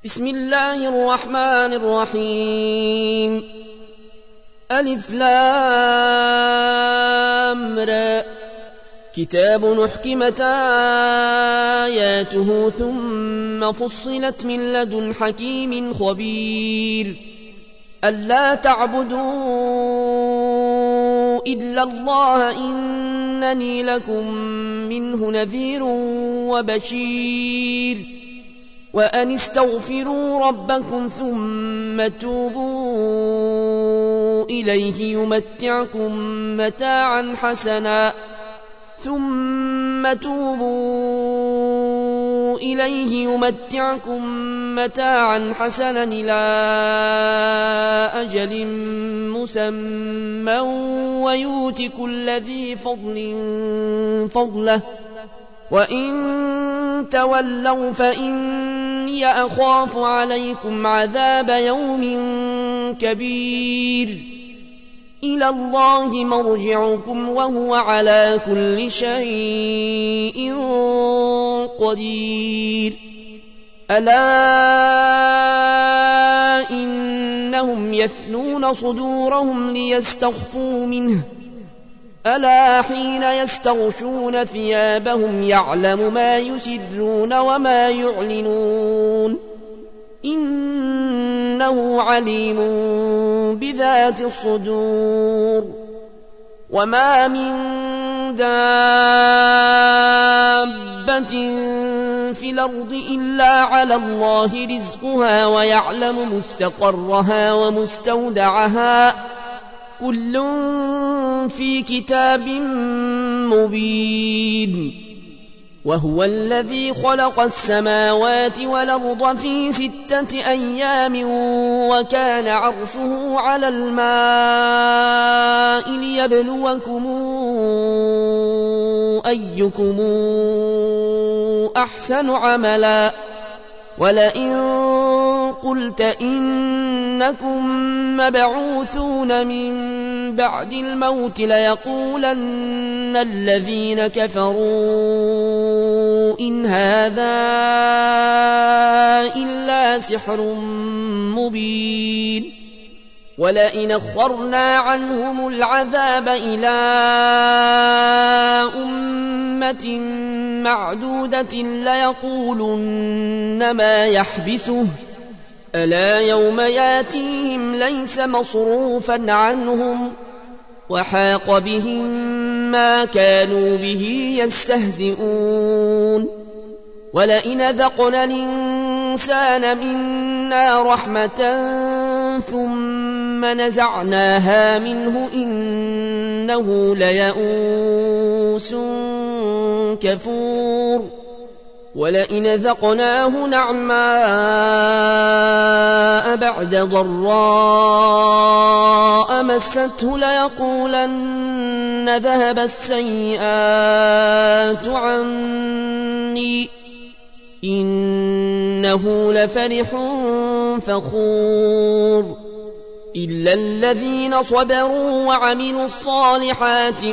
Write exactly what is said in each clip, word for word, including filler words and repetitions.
بسم الله الرحمن الرحيم. ألف لام را. كتاب أحكمت آياته ثم فصلت من لدن حكيم خبير. ألا تعبدوا إلا الله إنني لكم منه نذير وبشير. وأن استغفروا ربكم ثم توبوا إليه يمتعكم متاعا حسنا ثم توبوا إليه يمتعكم متاعا حسنا إلى أجل مسمى ويؤت كل ذي فضل فضله وإن تولوا فإني أخاف عليكم عذاب يوم كبير. إلى الله مرجعكم وهو على كل شيء قدير. ألا إنهم يثنون صدورهم ليستخفوا منه ألا حين يستغشون ثيابهم يعلم ما يسرون وما يعلنون إنه عليم بذات الصدور. وما من دابة في الأرض إلا على الله رزقها ويعلم مستقرها ومستودعها كل في كتاب مبين. وهو الذي خلق السماوات والأرض في ستة أيام وكان عرشه على الماء ليبلوكم أيكم أحسن عملا. ولئن قلت إنكم مبعوثون من بعد الموت ليقولن الذين كفروا إن هذا إلا سحر مبين. ولئن أخرنا عنهم العذاب إلى أمة معدودة ليقولن ما يحبسه ألا يوم ياتيهم ليس مصروفا عنهم وحاق بهم ما كانوا به يستهزئون. ولئن ذقنا الإنسان منا رحمة ثم نزعناها منه إنه ليئوس كفور. ولئن ذقناه نعماء بعد ضراء مسته ليقولن ذهب السيئات عني إنه لفرح فخور. إلا الذين صبروا وعملوا الصالحات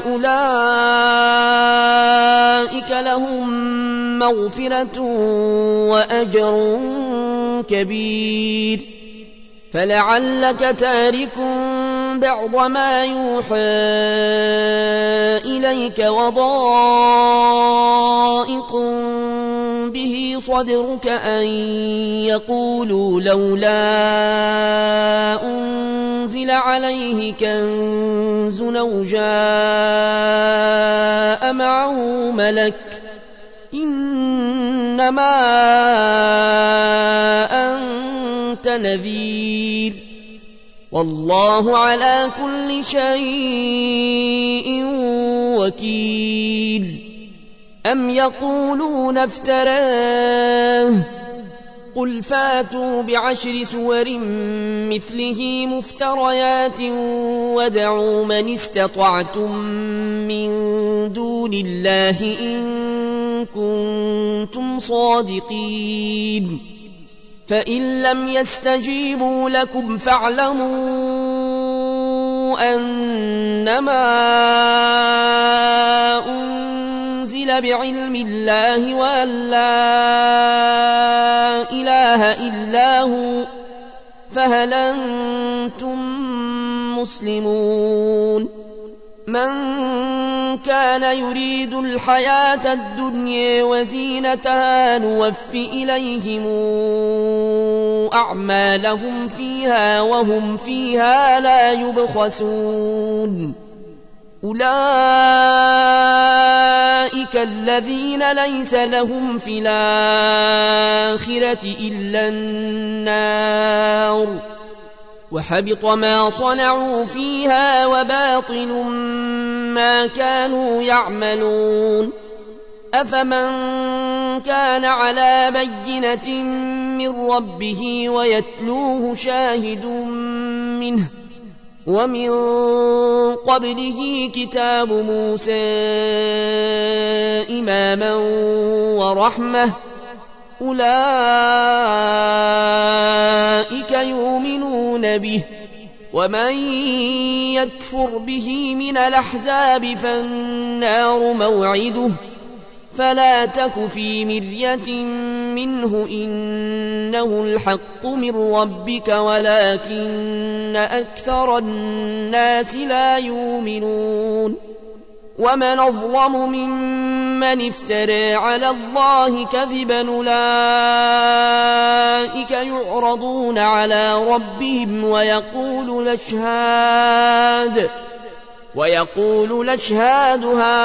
أولئك لهم مغفرة وأجر كبير. فلعلك تارك بعض ما يوحى إليك وضائق به صدرك أن يقولوا لولا أنزل عليه كنز أو جاء معه ملك إنما أنت نذير والله على كل شيء وكيل. أم يقولون افتراه قل فاتوا بعشر سور مثله مفتريات وادعوا من استطعتم من دون الله إن كنتم صادقين. فإن لم يستجيبوا لكم فاعلموا أنما أنزل أنزل بعلم الله وأن لا إله إلا هو فهل أنتم مسلمون من كان يريد الحياة الدنيا وزينتها نوف إليهم أعمالهم فيها وهم فيها لا يبخسون أولئك الذين ليس لهم في الآخرة إلا النار وحبط ما صنعوا فيها وباطل ما كانوا يعملون أفمن كان على بينة من ربه ويتلوه شاهد منه ومن قبله كتاب موسى إماما ورحمة أولئك يؤمنون به ومن يكفر به من الأحزاب فالنار موعده فلا تك في مرية منه إنه الحق من ربك ولكن أكثر الناس لا يؤمنون ومن أظلم ممن افترى على الله كذبا أولئك يعرضون على ربهم ويقول الأشهاد ويقول الأشهاد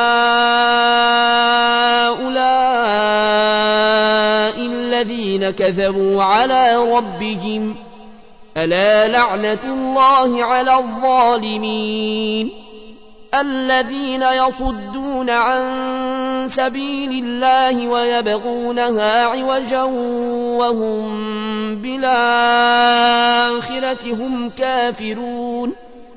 هؤلاء الذين كذبوا على ربهم ألا لعنة الله على الظالمين الذين يصدون عن سبيل الله ويبغونها عوجا وهم بالآخرة هم كافرون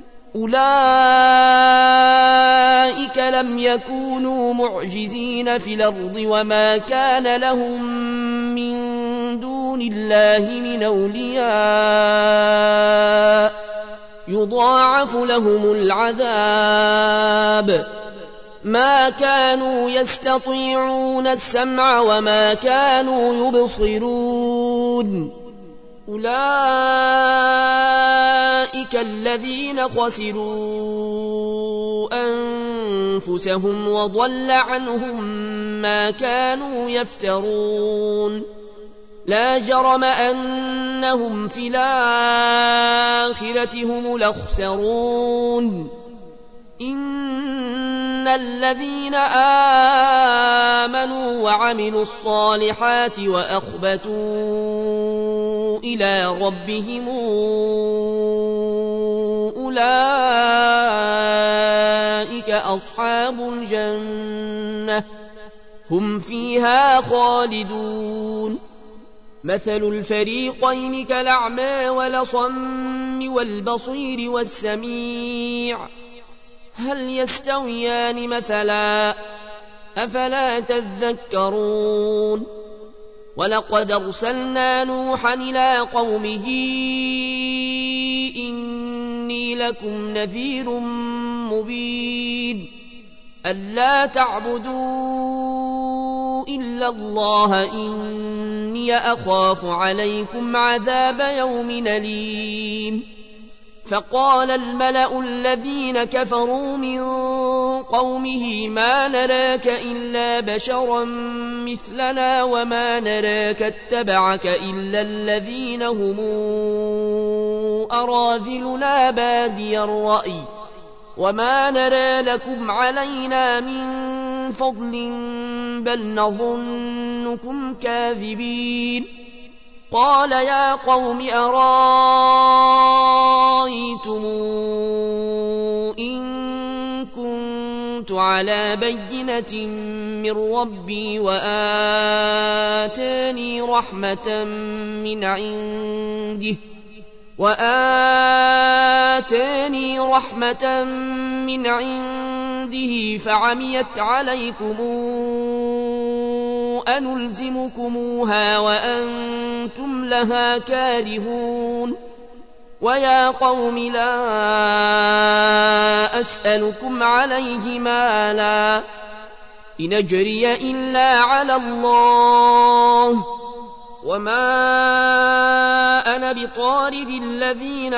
أولئك لم يكونوا معجزين في الأرض وما كان لهم من دون الله من أولياء يضاعف لهم العذاب ما كانوا يستطيعون السمع وما كانوا يبصرون أولئك الذين خسروا أنفسهم وضل عنهم ما كانوا يفترون لا جرم أنهم في الآخرة هم الأخسرون إن الذين آمنوا وعملوا الصالحات وأخبتوا إلى ربهم أولئك أصحاب الجنة هم فيها خالدون مثل الفريقين كالأعمى والأصم والبصير والسميع هل يستويان مثلا أفلا تذكرون ولقد أرسلنا نوحا إلى قومه إني لكم نذير مبين ألا تعبدوا إلا الله إني أخاف عليكم عذاب يوم أليم فقال الملأ الذين كفروا من قومه ما نراك إلا بشرا مثلنا وما نراك اتبعك إلا الذين هم أراذلنا بادي الرأي وما نرى لكم علينا من فضل بل نظنكم كاذبين قال يا قوم أرايتم إن كنت على بينة من ربي وآتاني رحمة من عنده وآتاني رحمة من عنده فعميت عليكم أنلزمكموها وأنتم لها كارهون ويا قوم لا أسألكم عليه مالا إن أجري إلا على الله وما أنا بطارد الذين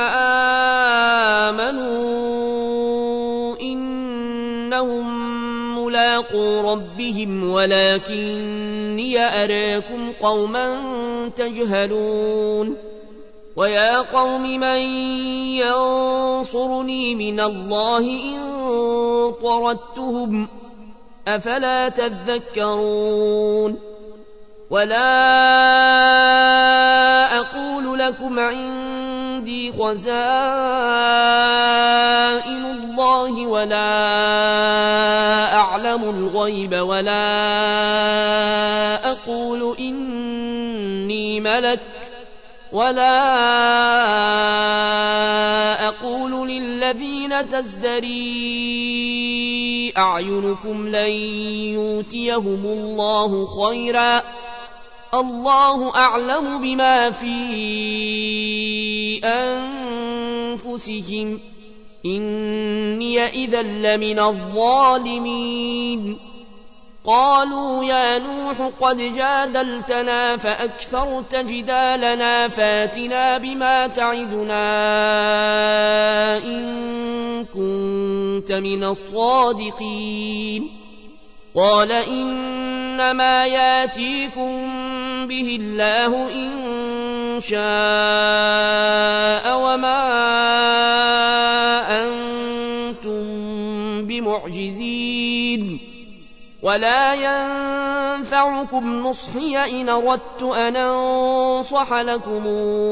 آمنوا إنهم ملاقو ربهم ولكني أراكم قوما تجهلون ويا قوم من ينصرني من الله إن طردتهم أفلا تذكرون ولا أقول لكم عندي خزائن الله ولا أعلم الغيب ولا أقول إني ملك ولا أقول للذين تزدري أعينكم لن يؤتيهم الله خيرا الله أعلم بما في أنفسهم إني إذا لمن الظالمين قالوا يا نوح قد جادلتنا فأكثرت جدالنا فاتنا بما تعدنا إن كنت من الصادقين قال إنما ياتيكم به الله إن شاء وما أنتم بمعجزين ولا ينفعكم نصحي إن أردت أن أنصح لكم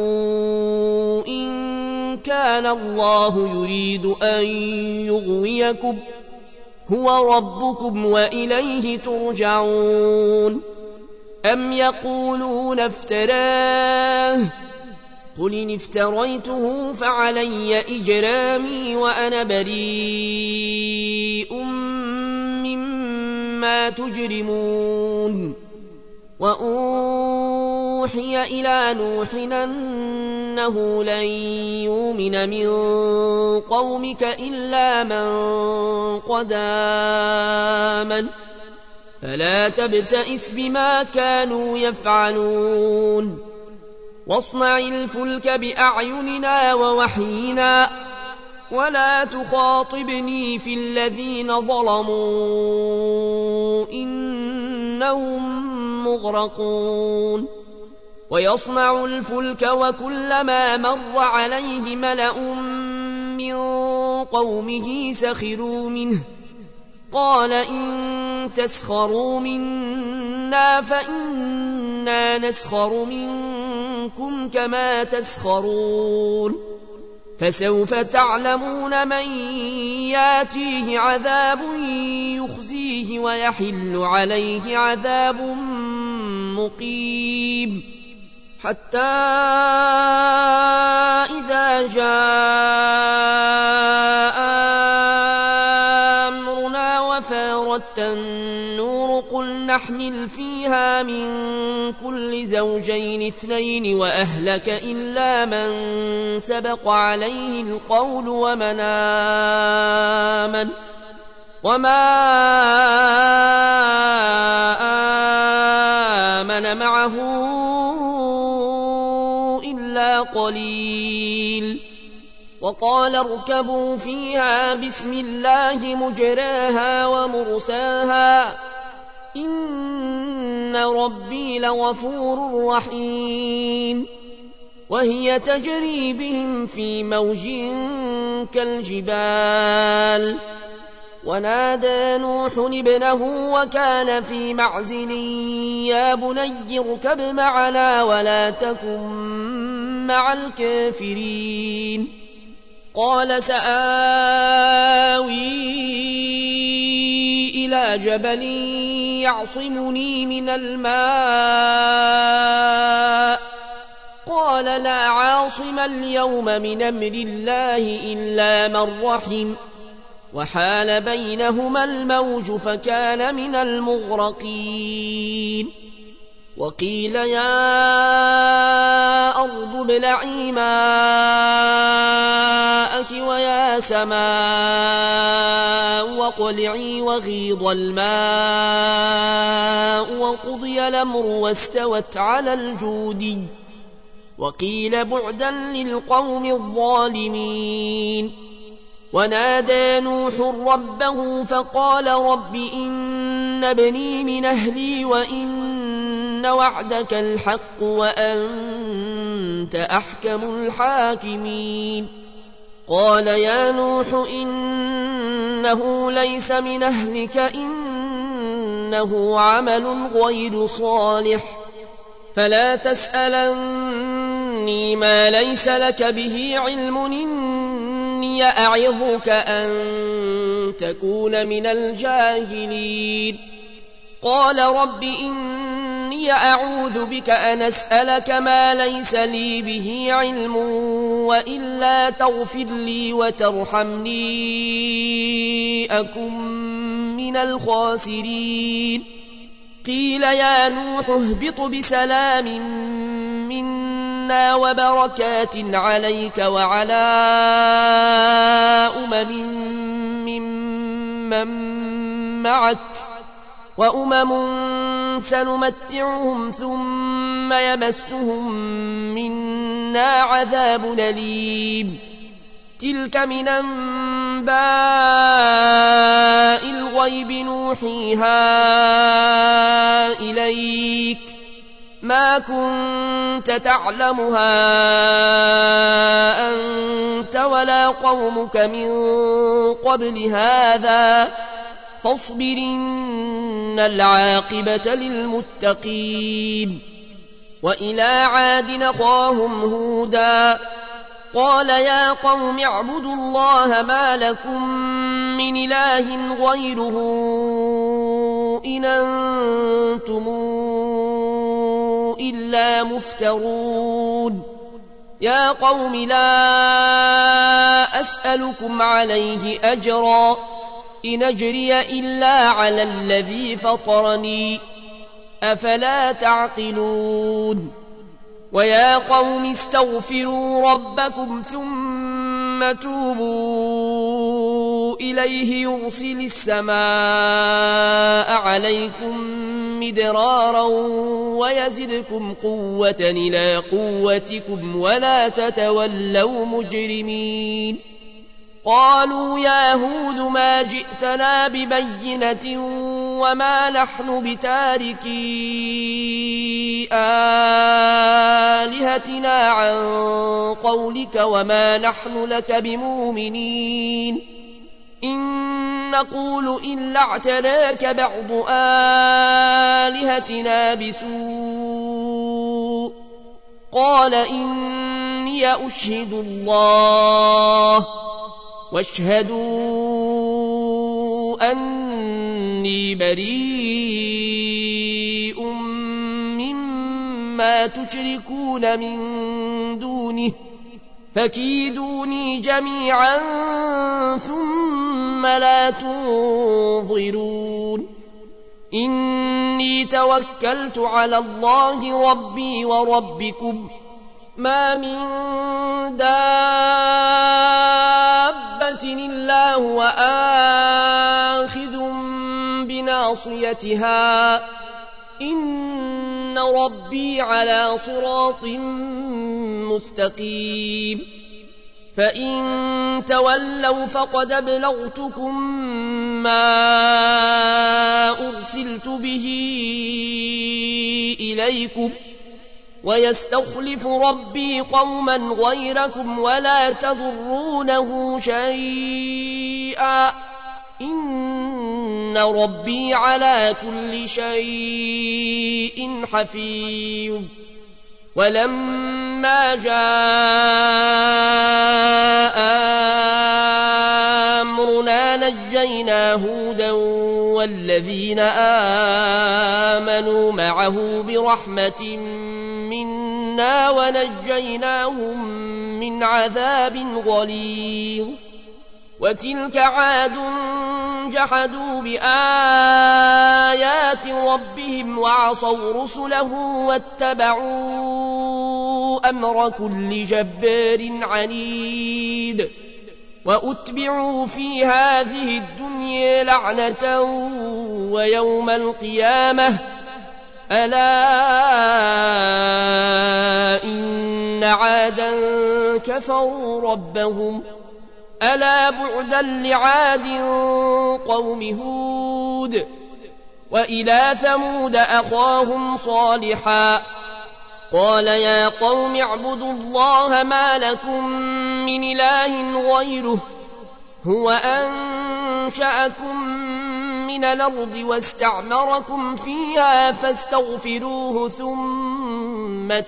إن كان الله يريد أن يغويكم هو ربكم وإليه ترجعون أم يقولون افتراه قل إن افتريته فعلي إجرامي وأنا بريء مما تجرمون وأوحي إلى نوح أنه لن يؤمن من قومك إلا من قد آمن فلا تبتئس بما كانوا يفعلون واصنع الفلك بأعيننا ووحينا ولا تخاطبني في الذين ظلموا إنهم مغرقون ويصنع الفلك وكلما مر عليه ملأ من قومه سخروا منه قال إن تسخروا منا فإنا نسخر منكم كما تسخرون فسوف تعلمون من ياتيه عذاب يخزيه ويحل عليه عذاب مقيم حتى إذا جاء أمرنا وفارت النور قل نحمل فيها من كل زوجين اثنين وأهلك إلا من سبق عليه القول ومن آمن وما آمن معه إلا قليل وقال اركبوا فيها بسم الله مجراها ومرساها إن ربي لغفور رحيم وهي تجري بهم في موج كالجبال ونادى نوح ابنه وكان في معزل يا بني اركب معنا ولا تكن مع الكافرين قال سآوي إلى جبل يعصمني من الماء قال لا عاصم اليوم من أمر الله إلا من رحم وحال بينهما الموج فكان من المغرقين وقيل يا أرض ابلعي ماءك ويا سماء واقلعي وغيض الماء وقضي الأمر واستوت على الجود وقيل بعدا للقوم الظالمين. ونادى نوح ربه فقال رب إن ابني من أهلي وإن وعدك الحق وأنت أحكم الحاكمين. قال يا نوح إنه ليس من أهلك إنه عمل غير صالح فلا تسألني ما ليس لك به علم إني أعظك أن تكون من الجاهلين. قال رب إني أعوذ بك أن أسألك ما ليس لي به علم وإلا تغفر لي وترحمني أكن من الخاسرين. قيل يا نوح اهبط بسلام منا وبركات عليك وعلى أمم ممن معك وأمم سنمتعهم ثم يمسهم منا عذاب أليم. تلك من أنباء الغيب نوحيها إليك ما كنت تعلمها أنت ولا قومك من قبل هذا فاصبر إن العاقبة للمتقين. وإلى عاد أخاهم هودا قال يا قوم اعبدوا الله ما لكم من إله غيره إن أنتم إلا مفترون. يا قوم لا أسألكم عليه أجرا إن أجري إلا على الذي فطرني أفلا تعقلون. ويا قوم استغفروا ربكم ثم توبوا إليه يرسل السماء عليكم مدرارا ويزدكم قوة إلى قوتكم ولا تتولوا مجرمين. قالوا يا هود ما جئتنا ببينة وما نحن بتاركي آلهتنا عن قولك وما نحن لك بمؤمنين إن نقول إلا اعتراك بعض آلهتنا بسوء. قال إني أشهد الله واشهدوا أني بريء مما تشركون من دونه فكيدوني جميعا ثم لا تنظرون. إني توكلت على الله ربي وربكم ما من دابة إلا هو آخذ بناصيتها إن ربي على صراط مستقيم. فإن تولوا فقد أبلغتكم ما أرسلت به إليكم ويستخلف ربي قوما غيركم ولا تضرونه شيئا إن ربي على كل شيء حفيظ. ولما جاء أمرنا نجينا هودا والذين آمنوا معه برحمة منا ونجيناهم من عذاب غليظ. وتلك عاد جحدوا بآيات ربهم وعصوا رسله واتبعوا أمر كل جبار عنيد وأتبعوا في هذه الدنيا لعنة ويوم القيامة ألا إن عادا كفروا ربهم ألا بعدا لعاد قوم هود وإلى ثمود أخاهم صالحا قال يا قوم اعبدوا الله ما لكم من إله غيره هو أنشأكم من الأرض واستعمركم فيها فاستغفروه ثم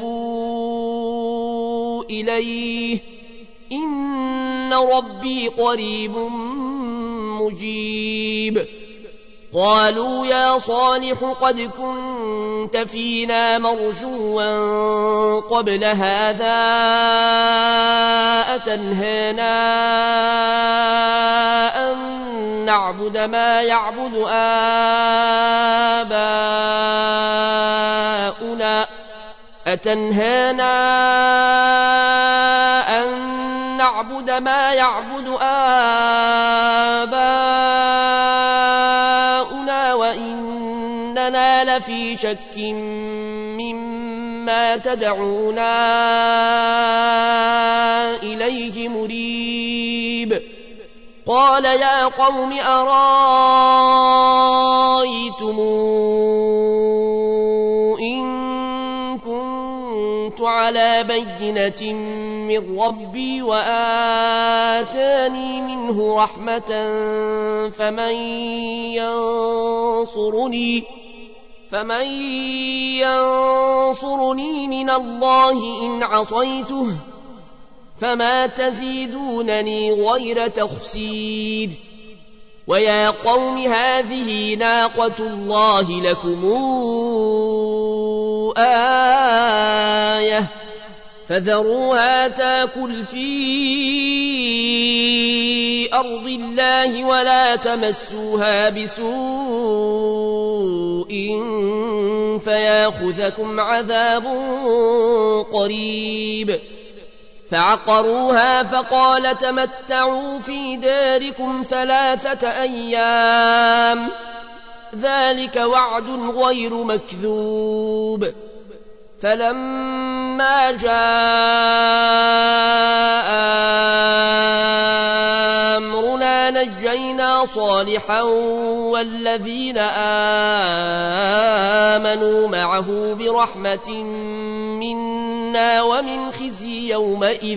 توبوا إليه إن ربي قريب مجيب قالوا يا صالح قد كنت فينا مرجوا قبل هذا أتنهانا أن نعبد ما يعبد آباؤنا أتنهانا أن نعبد ما يعبد آباؤنا وإننا لفي شك مما تدعونا إليه مريب قال يا قوم أرأيتم إن كنت على بينة من ربي وآتاني منه رحمة فمن ينصرني فمن ينصرني من الله إن عصيته فما تزيدونني غير تخسير ويا قوم هذه ناقة الله لكم آية فذروها تاكل في أرض الله ولا تمسوها بسوء فياخذكم عذاب قريب فعقروها فقال تمتعوا في داركم ثلاثة أيام ذلك وعد غير مكذوب فلما جاء أمرنا نجينا صالحا والذين آمنوا معه برحمة منا ومن خزي يومئذ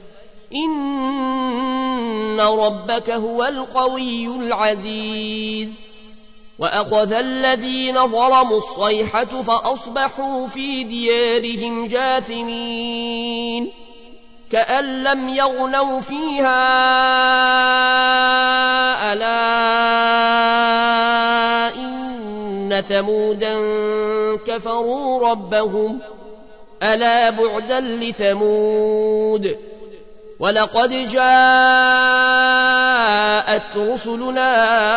إن ربك هو القوي العزيز وأخذ الذين ظلموا الصيحة فأصبحوا في ديارهم جاثمين كأن لم يغنوا فيها ألا إن ثمودا كفروا ربهم ألا بعدا لثمود ولقد جاءت رسلنا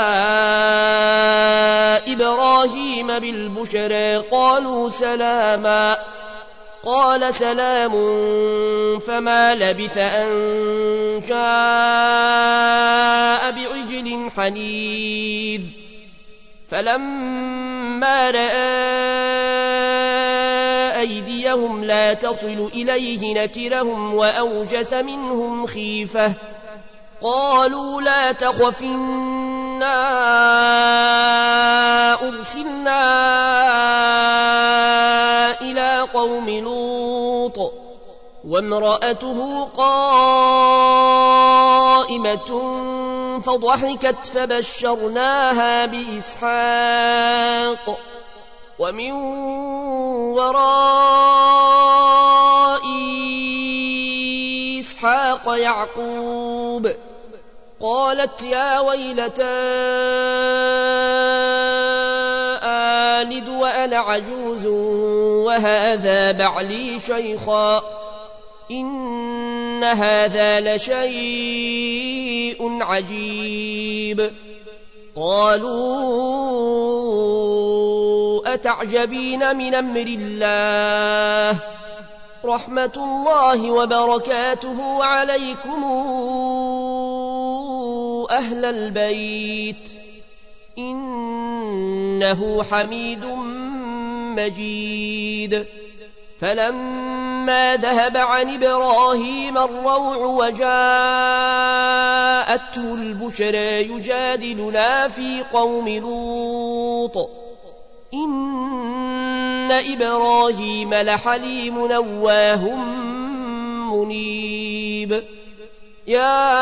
إبراهيم بالبشرى قالوا سلاما قال سلام فما لبث أن جاء بعجل حنيذ فلما رأى أيديهم لا تصل إليه نكرهم وأوجس منهم خيفة قالوا لا تخف إنا أرسلنا إلى قوم لوط وامرأته قائمة فضحكت فبشرناها بإسحاق ومن وراء إسحاق يعقوب قالت يا ويلتى آلد وأنا عجوز وهذا بعلي شيخا إن هذا لشيء عجيب قالوا أتعجبين من أمر الله رحمة الله وبركاته عليكم أهل البيت إنه حميد مجيد. فلما ذهب عن إبراهيم الروع وجاءته البشرى يجادلنا في قوم لوط إن إبراهيم لحليم أواه منيب. يا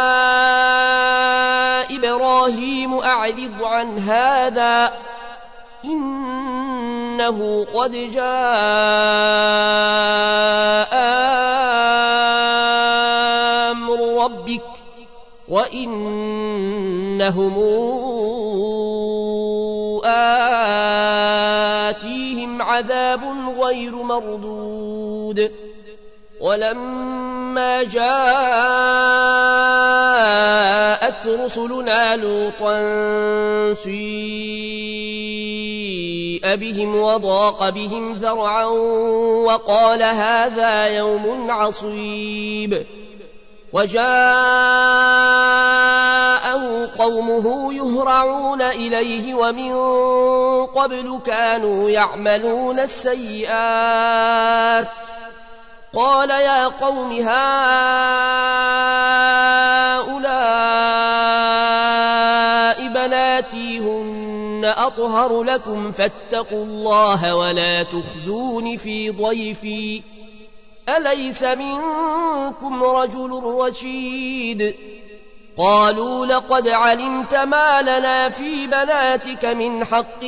إبراهيم أعرض عن هذا إنه قد جاء أمر ربك وإنهم آتيهم عذاب غير مردود. ولما جاءت رسلنا لوطا سيء بهم وضاق بهم ذرعا وقال هذا يوم عصيب. وجاءه قومه يهرعون إليه ومن قبل كانوا يعملون السيئات قال يا قوم هؤلاء بناتي هن أطهر لكم فاتقوا الله ولا تخزون في ضيفي أليس منكم رجل رشيد. قالوا لقد علمت ما لنا في بناتك من حق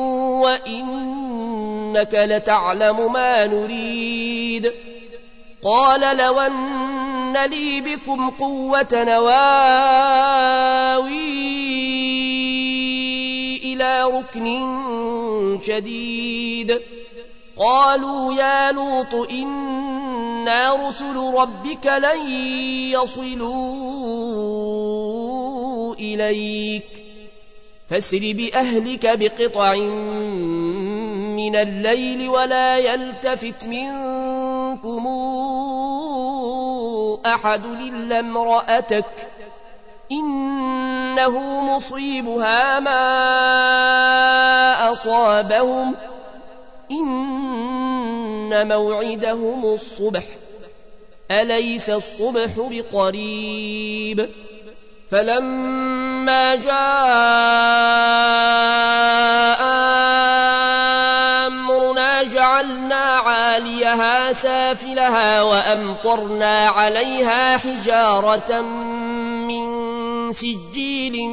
وإنك لتعلم ما نريد. قال لو أن لي بكم قوة نواوي إلى ركن شديد. قالوا يا لوط إنا رسل ربك لن يصلوا إليك فاسر بأهلك بقطع من الليل ولا يلتفت منكم أحد إلا امرأتك إنه مصيبها ما أصابهم إن موعدهم الصبح أليس الصبح بقريب. فلما جاء أمرنا جعلنا عاليها سافلها وأمطرنا عليها حجارة من سجيل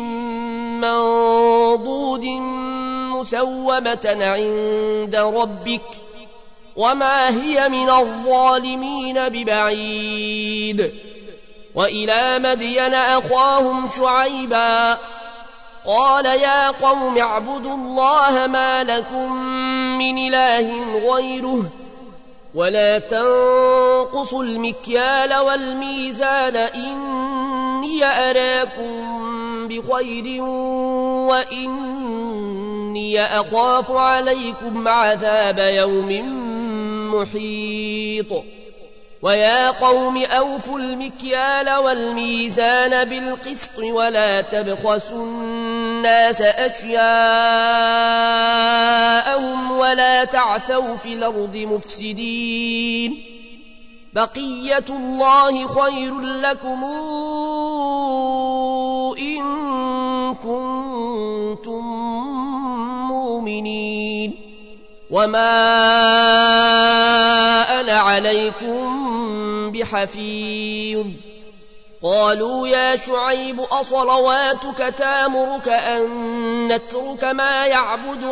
منضود مسومة عند ربك وما هي من الظالمين ببعيد. وإلى مدين أخاهم شعيبا قال يا قوم اعبدوا الله ما لكم من إله غيره ولا تنقصوا المكيال والميزان إني أراكم بخير وإني أخاف عليكم عذاب يوم محيط. ويا قوم أوفوا المكيال والميزان بالقسط ولا تبخسوا الناس أشياءهم ولا تعثوا في الأرض مفسدين بقية الله خير لكم إن كنتم مؤمنين وما أنا عليكم بحفيظ. قالوا يا شعيب أصلواتك تامرك أن نترك ما يعبد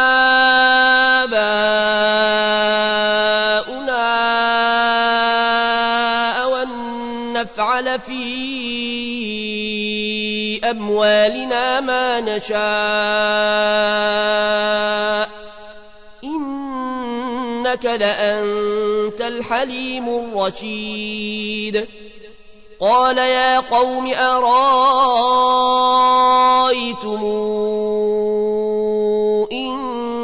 آباؤنا أو أن نفعل في أموالنا ما نشاء إنك لأنت الحليم الرشيد. قال يا قوم أرأيتم إن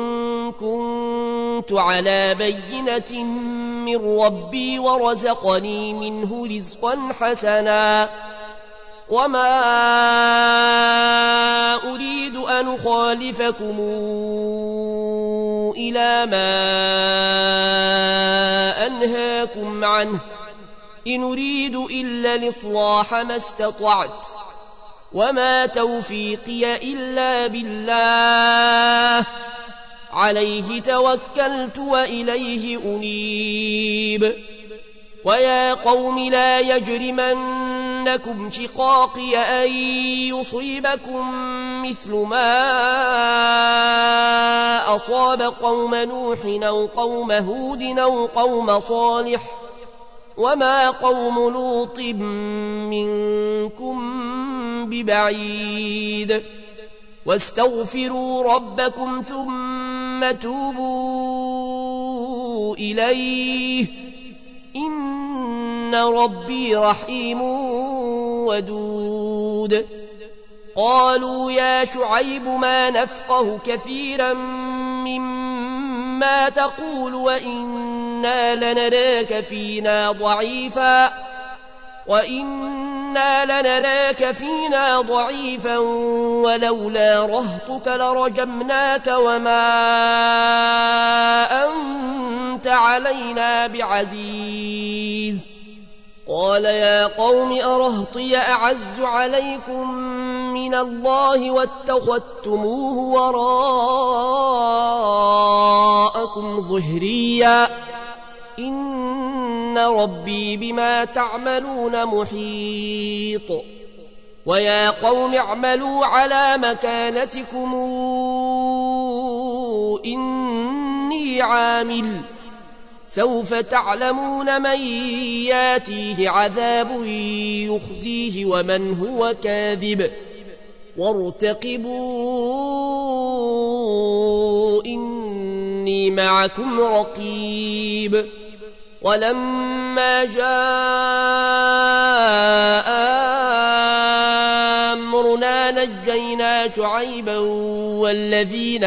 كنت على بينة من ربي ورزقني منه رزقا حسنا وما أريد أن أخالفكم إلى ما أنهاكم عنه إن أريد إلا الإصلاح ما استطعت وما توفيقي إلا بالله عليه توكلت وإليه أنيب ويا قوم لا يجرمنكم شقاقي أن يصيبكم مثل ما أصاب قوم نوح أو قوم هود أو قوم صالح وما قوم لوط منكم ببعيد واستغفروا ربكم ثم توبوا إليه إن ربي رحيم ودود قالوا يا شعيب ما نفقه كثيرا مما تقول وإنا لنراك فينا ضعيفا وإنا لنراك فينا ضعيفا ولولا رهطك لرجمناك وما أنت علينا بعزيز قال يا قوم أرهطي أعز عليكم من الله واتخذتموه وراءكم ظهريا إن ربي بما تعملون محيط ويا قوم اعملوا على مكانتكم إني عامل سوف تعلمون من ياتيه عذاب يخزيه ومن هو كاذب وارتقبوا إني معكم رقيب ولما جاء أمرنا نجينا شعيبا والذين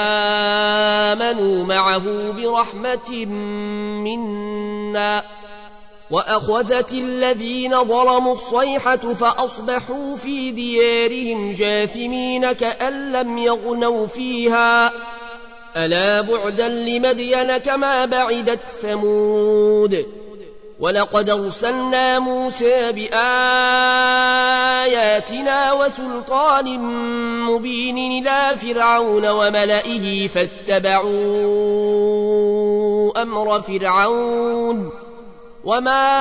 آمنوا معه برحمة منا وأخذت الذين ظلموا الصيحة فأصبحوا في ديارهم جاثمين كأن لم يغنوا فيها ألا بعدا لمدين كما بعدت ثمود ولقد أرسلنا موسى بآياتنا وسلطان مبين إلى فرعون وملئه فاتبعوا أمر فرعون وما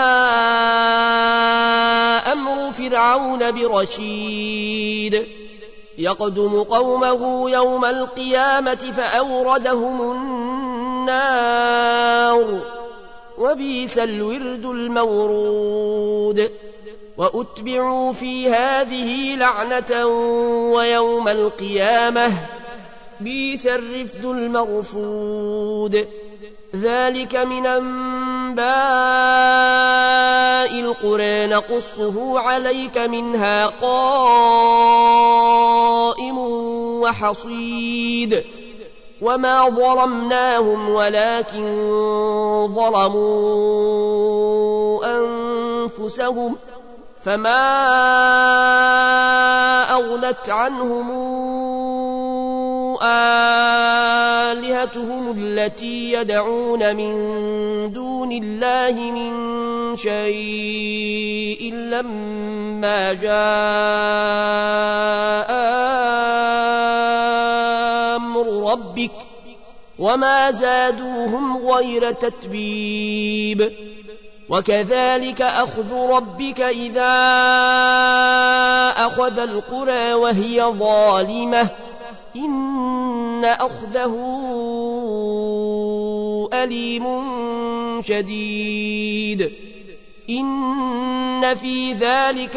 أمر فرعون برشيد يقدم قومه يوم القيامة فأوردهم النار وبئس الورد المورود وأتبعوا في هذه لعنة ويوم القيامة بئس الرفد المرفود ذلك من أنباء القرى نقصه عليك منها قائم وحصيد وما ظلمناهم ولكن ظلموا أنفسهم فما أغنت عنهم آلهتهم التي يدعون من دون الله من شيء لما جاء أمر ربك وما زادوهم غير تتبيب وكذلك أخذ ربك إذا أخذ القرى وهي ظالمة إن أخذه أليم شديد إن في ذلك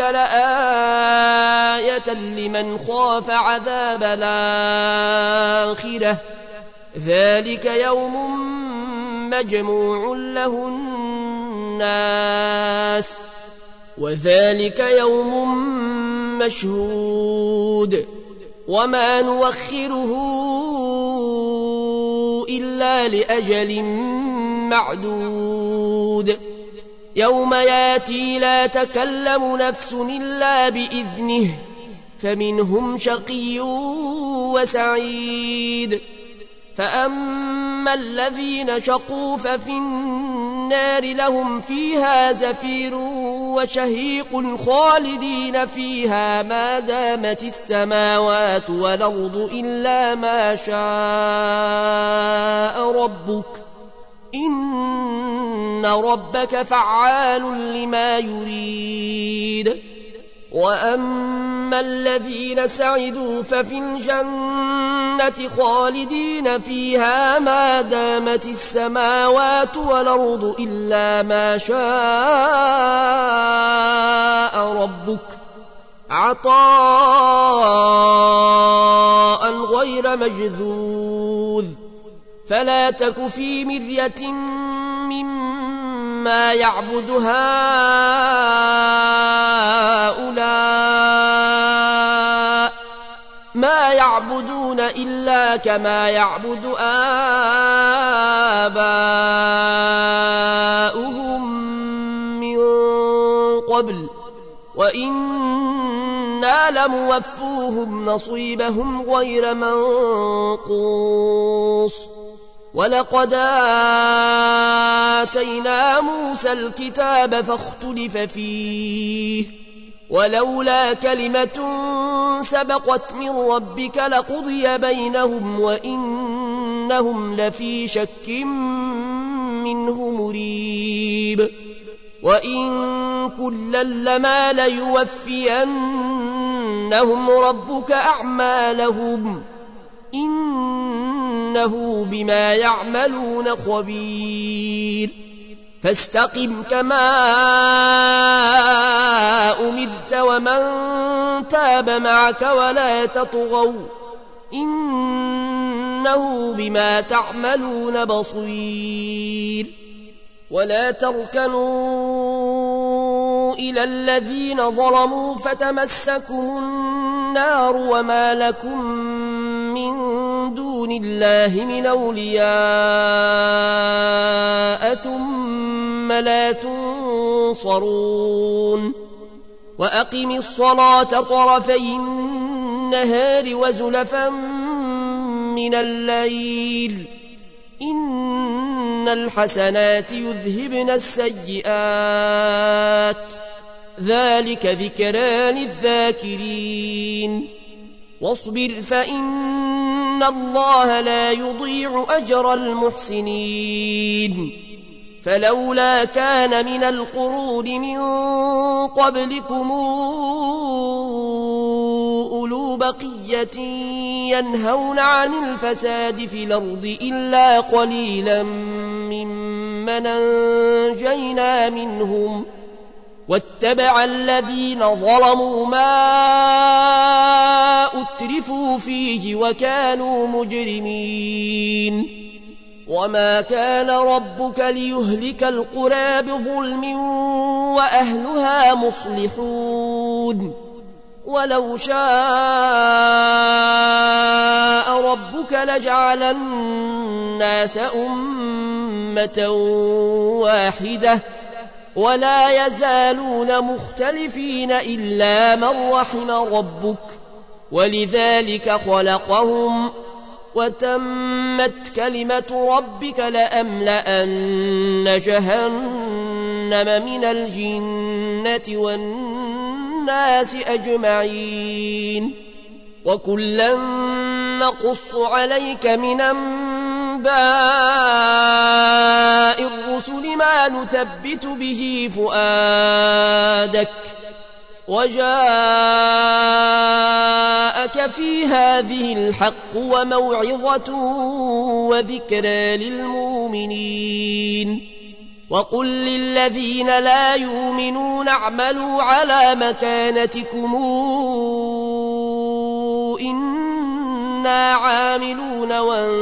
لآية لمن خاف عذاب الآخرة ذلك يوم مجموع له الناس وذلك يوم مشهود وما نوخره إلا لأجل معدود يوم ياتي لا تكلم نفس إلا بإذنه فمنهم شقي وسعيد فأما الذين شقوا ففي النار لهم فيها زفير وشهيق خالدين فيها ما دامت السماوات والأرض إلا ما شاء ربك إن ربك فعال لما يريد وأما الذين سعدوا ففي الجنة خالدين فيها ما دامت السماوات والأرض إلا ما شاء ربك عطاء غير مجذوذ فلا تك في مرية مما يعبد هؤلاء ما يعبدون إلا كما يعبد آباؤهم من قبل وإنا لموفوهم نصيبهم غير منقوص ولقد آتينا موسى الكتاب فاختلف فيه ولولا كلمة سبقت من ربك لقضي بينهم وإنهم لفي شك منه مريب وإن كلا لما ليوفينهم ربك أعمالهم إنه بما يعملون خبير فاستقم كما أمرت ومن تاب معك ولا تطغوا إنه بما تعملون بصير ولا تركنوا إلى الذين ظلموا فتمسكوا النار وما لكم من دون الله من أولياء ثم لا تنصرون وأقم الصلاة طرفي النهار وزلفا من الليل إن الحسنات يذهبن السيئات ذلك ذكرى للذاكرين واصبر فإن الله لا يضيع أجر المحسنين فلولا كان من القرون من قبلكم أولو بقية ينهون عن الفساد في الأرض إلا قليلا ممن أنجينا منهم واتبع الذين ظلموا ما أترفوا فيه وكانوا مجرمين وما كان ربك ليهلك القرى بظلم وأهلها مصلحون ولو شاء ربك لجعل الناس أمة واحدة ولا يزالون مختلفين إلا من رحم ربك ولذلك خلقهم وتمت كلمة ربك لأملأن جهنم من الجنة والناس أجمعين وكلا نقص عليك من أنباء الرسل ما نثبت به فؤادك وجاءك في هذه الحق وموعظة وذكرى للمؤمنين وقل للذين لا يؤمنون اعملوا على مكانتكم إنا عاملون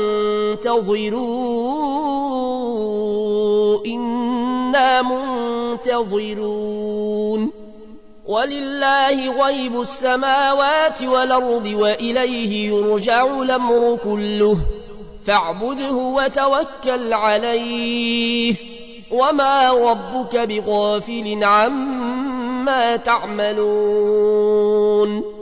وانتظروا إنا منتظرون منتظرون ولله غيب السماوات والأرض وإليه يرجع الأمر كله فاعبده وتوكل عليه وما ربك بغافل عما تعملون